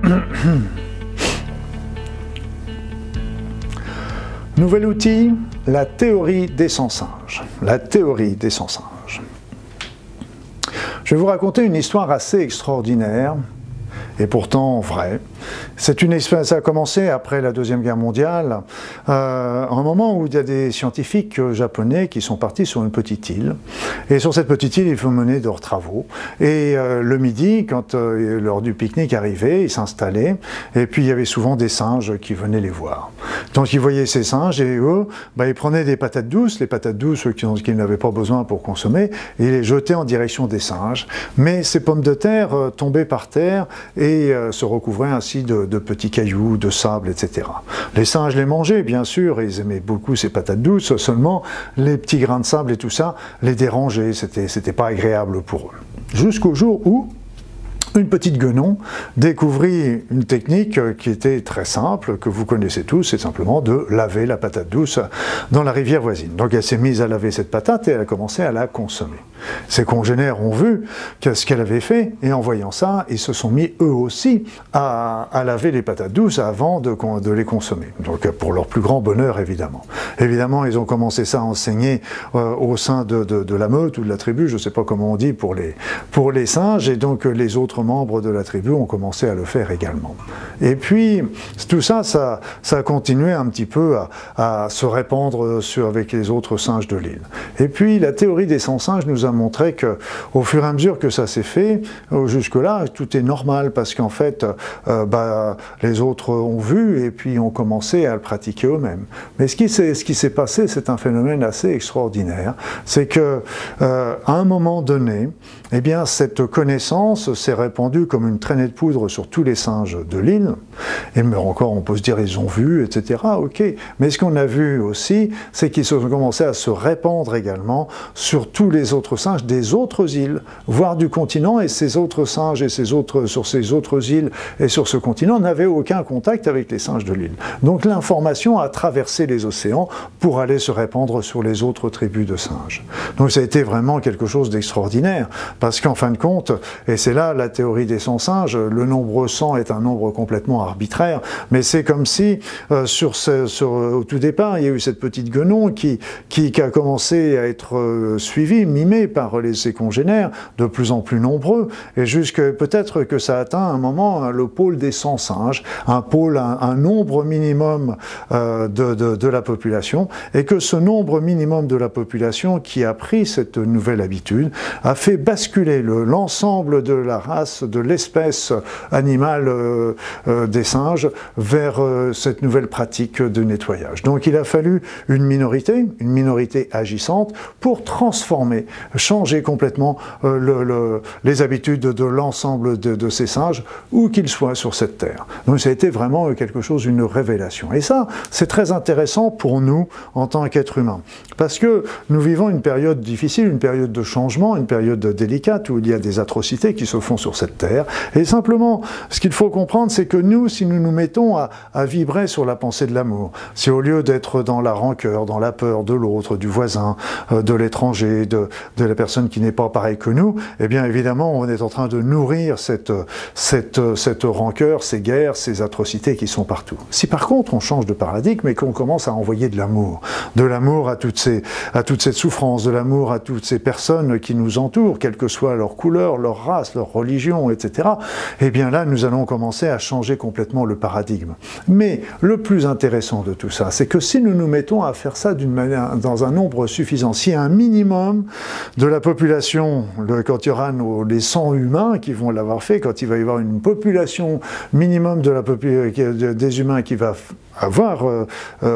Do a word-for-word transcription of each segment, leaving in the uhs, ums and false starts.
Nouvel outil, la théorie des cent singes. La théorie des cent singes. Je vais vous raconter une histoire assez extraordinaire, et pourtant vraie. C'est une expérience, ça a commencé après la Deuxième Guerre mondiale, euh, un moment où il y a des scientifiques japonais qui sont partis sur une petite île. Et sur cette petite île, il faut mener leurs travaux. Et euh, le midi, quand euh, l'heure du pique-nique arrivait, ils s'installaient. Et puis il y avait souvent des singes qui venaient les voir. Donc ils voyaient ces singes et eux, bah, ils prenaient des patates douces, les patates douces qu'ils qu'ils n'avaient pas besoin pour consommer, et ils les jetaient en direction des singes. Mais ces pommes de terre euh, tombaient par terre et euh, se recouvraient ainsi de, de petits cailloux, de sable, et cetera. Les singes les mangeaient, bien sûr, et ils aimaient beaucoup ces patates douces, seulement les petits grains de sable et tout ça les dérangeait, c'était, c'était pas agréable pour eux. Jusqu'au jour où une petite guenon découvrit une technique qui était très simple, que vous connaissez tous, c'est simplement de laver la patate douce dans la rivière voisine. Donc elle s'est mise à laver cette patate et elle a commencé à la consommer. Ses congénères ont vu ce qu'elle avait fait et en voyant ça, ils se sont mis eux aussi à, à laver les patates douces avant de, de les consommer. Donc pour leur plus grand bonheur évidemment. Évidemment, ils ont commencé ça à enseigner euh, au sein de, de, de la meute ou de la tribu, je ne sais pas comment on dit pour les, pour les singes, et donc les autres membres de la tribu ont commencé à le faire également. Et puis, tout ça, ça, ça a continué un petit peu à, à se répandre sur, avec les autres singes de l'île. Et puis, la théorie des cent singes nous a montré que, au fur et à mesure que ça s'est fait, jusque-là, tout est normal, parce qu'en fait, euh, bah, les autres ont vu et puis ont commencé à le pratiquer eux-mêmes. Mais ce qui s'est, ce qui s'est passé, c'est un phénomène assez extraordinaire. C'est que, euh, à un moment donné, eh bien, cette connaissance s'est répandue comme une traînée de poudre sur tous les singes de l'île. Et mais encore, on peut se dire, ils ont vu, et cetera. Ok. Mais ce qu'on a vu aussi, c'est qu'ils ont commencé à se répandre également sur tous les autres singes des autres îles, voire du continent, et ces autres singes et ces autres, sur ces autres îles et sur ce continent n'avaient aucun contact avec les singes de l'île. Donc l'information a traversé les océans pour aller se répandre sur les autres tribus de singes. Donc ça a été vraiment quelque chose d'extraordinaire, parce qu'en fin de compte, et c'est là la théorie des cent singes, le nombre cent est un nombre complètement arbitraire, mais c'est comme si, euh, sur ce, sur, au tout départ, il y a eu cette petite guenon qui, qui, qui a commencé à être euh, suivie, mimée par les, ses congénères, de plus en plus nombreux, et jusque peut-être que ça atteint à un moment le pôle des cent singes, un pôle, un, un nombre minimum euh, de, de, de la population, et que ce nombre minimum de la population qui a pris cette nouvelle habitude a fait basculer le, l'ensemble de la race, de l'espèce animale euh, euh, des singes vers euh, cette nouvelle pratique de nettoyage. Donc il a fallu une minorité, une minorité agissante pour transformer, changer complètement euh, le, le, les habitudes de l'ensemble de, de ces singes, où qu'ils soient sur cette terre. Donc ça a été vraiment quelque chose, une révélation. Et ça, c'est très intéressant pour nous en tant qu'êtres humains, parce que nous vivons une période difficile, une période de changement, une période délicate où il y a des atrocités qui se font sur cette terre. Et simplement, ce qu'il faut comprendre, c'est que nous, si nous nous mettons à, à vibrer sur la pensée de l'amour, si au lieu d'être dans la rancœur, dans la peur de l'autre, du voisin, euh, de l'étranger, de, de la personne qui n'est pas pareille que nous, eh bien évidemment, on est en train de nourrir cette, cette, cette rancœur, ces guerres, ces atrocités qui sont partout. Si par contre, on change de paradigme et qu'on commence à envoyer de l'amour, de l'amour à toutes ces, à toute cette souffrance, de l'amour à toutes ces personnes qui nous entourent, quelle que soit leur couleur, leur race, leur religion, et cetera, eh bien là, nous allons commencer à changer complètement le paradigme. Mais le plus intéressant de tout ça, c'est que si nous nous mettons à faire ça d'une manière, dans un nombre suffisant, s'il y a un minimum de la population, le, quand il y aura nos, les cent humains qui vont l'avoir fait, quand il va y avoir une population minimum de la population, des humains qui va avoir, euh,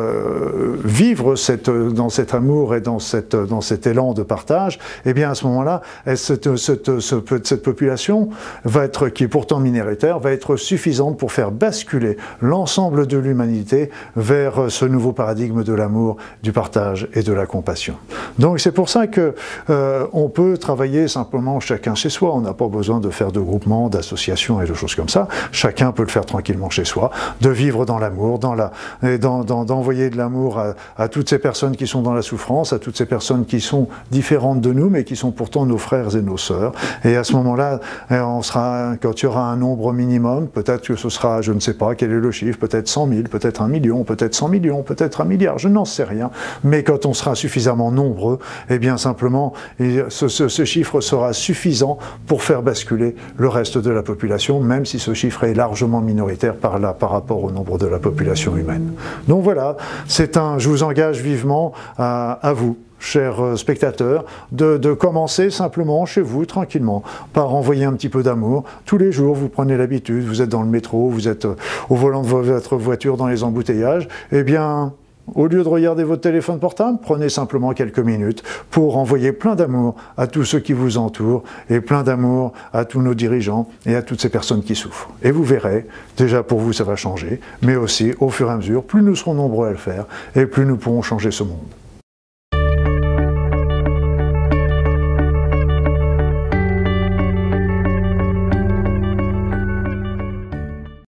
euh, vivre cette, dans cet amour et dans, cette, dans cet élan de partage, eh bien à ce moment-là, cette, cette, cette, cette population va être, qui est pourtant minoritaire, va être suffisante pour faire basculer l'ensemble de l'humanité vers ce nouveau paradigme de l'amour, du partage et de la compassion. Donc c'est pour ça que euh, on peut travailler simplement chacun chez soi, on n'a pas besoin de faire de groupements, d'associations et de choses comme ça, chacun peut le faire tranquillement chez soi, de vivre dans l'amour, dans la d'envoyer de l'amour à, à toutes ces personnes qui sont dans la souffrance, à toutes ces personnes qui sont différentes de nous, mais qui sont pourtant nos frères et nos sœurs. Et à ce moment-là, on sera, quand il y aura un nombre minimum, peut-être que ce sera, je ne sais pas quel est le chiffre, peut-être cent mille, peut-être un million, peut-être cent millions, peut-être un milliard, je n'en sais rien. Mais quand on sera suffisamment nombreux, eh bien simplement, ce, ce, ce chiffre sera suffisant pour faire basculer le reste de la population, même si ce chiffre est largement minoritaire par, là, par rapport au nombre de la population humaine. Donc voilà, c'est un, je vous engage vivement à, à vous, chers spectateurs, de, de commencer simplement chez vous, tranquillement, par envoyer un petit peu d'amour. Tous les jours, vous prenez l'habitude, vous êtes dans le métro, vous êtes au volant de votre voiture dans les embouteillages, eh bien, au lieu de regarder votre téléphone portable, prenez simplement quelques minutes pour envoyer plein d'amour à tous ceux qui vous entourent et plein d'amour à tous nos dirigeants et à toutes ces personnes qui souffrent. Et vous verrez, déjà pour vous ça va changer, mais aussi au fur et à mesure, plus nous serons nombreux à le faire et plus nous pourrons changer ce monde.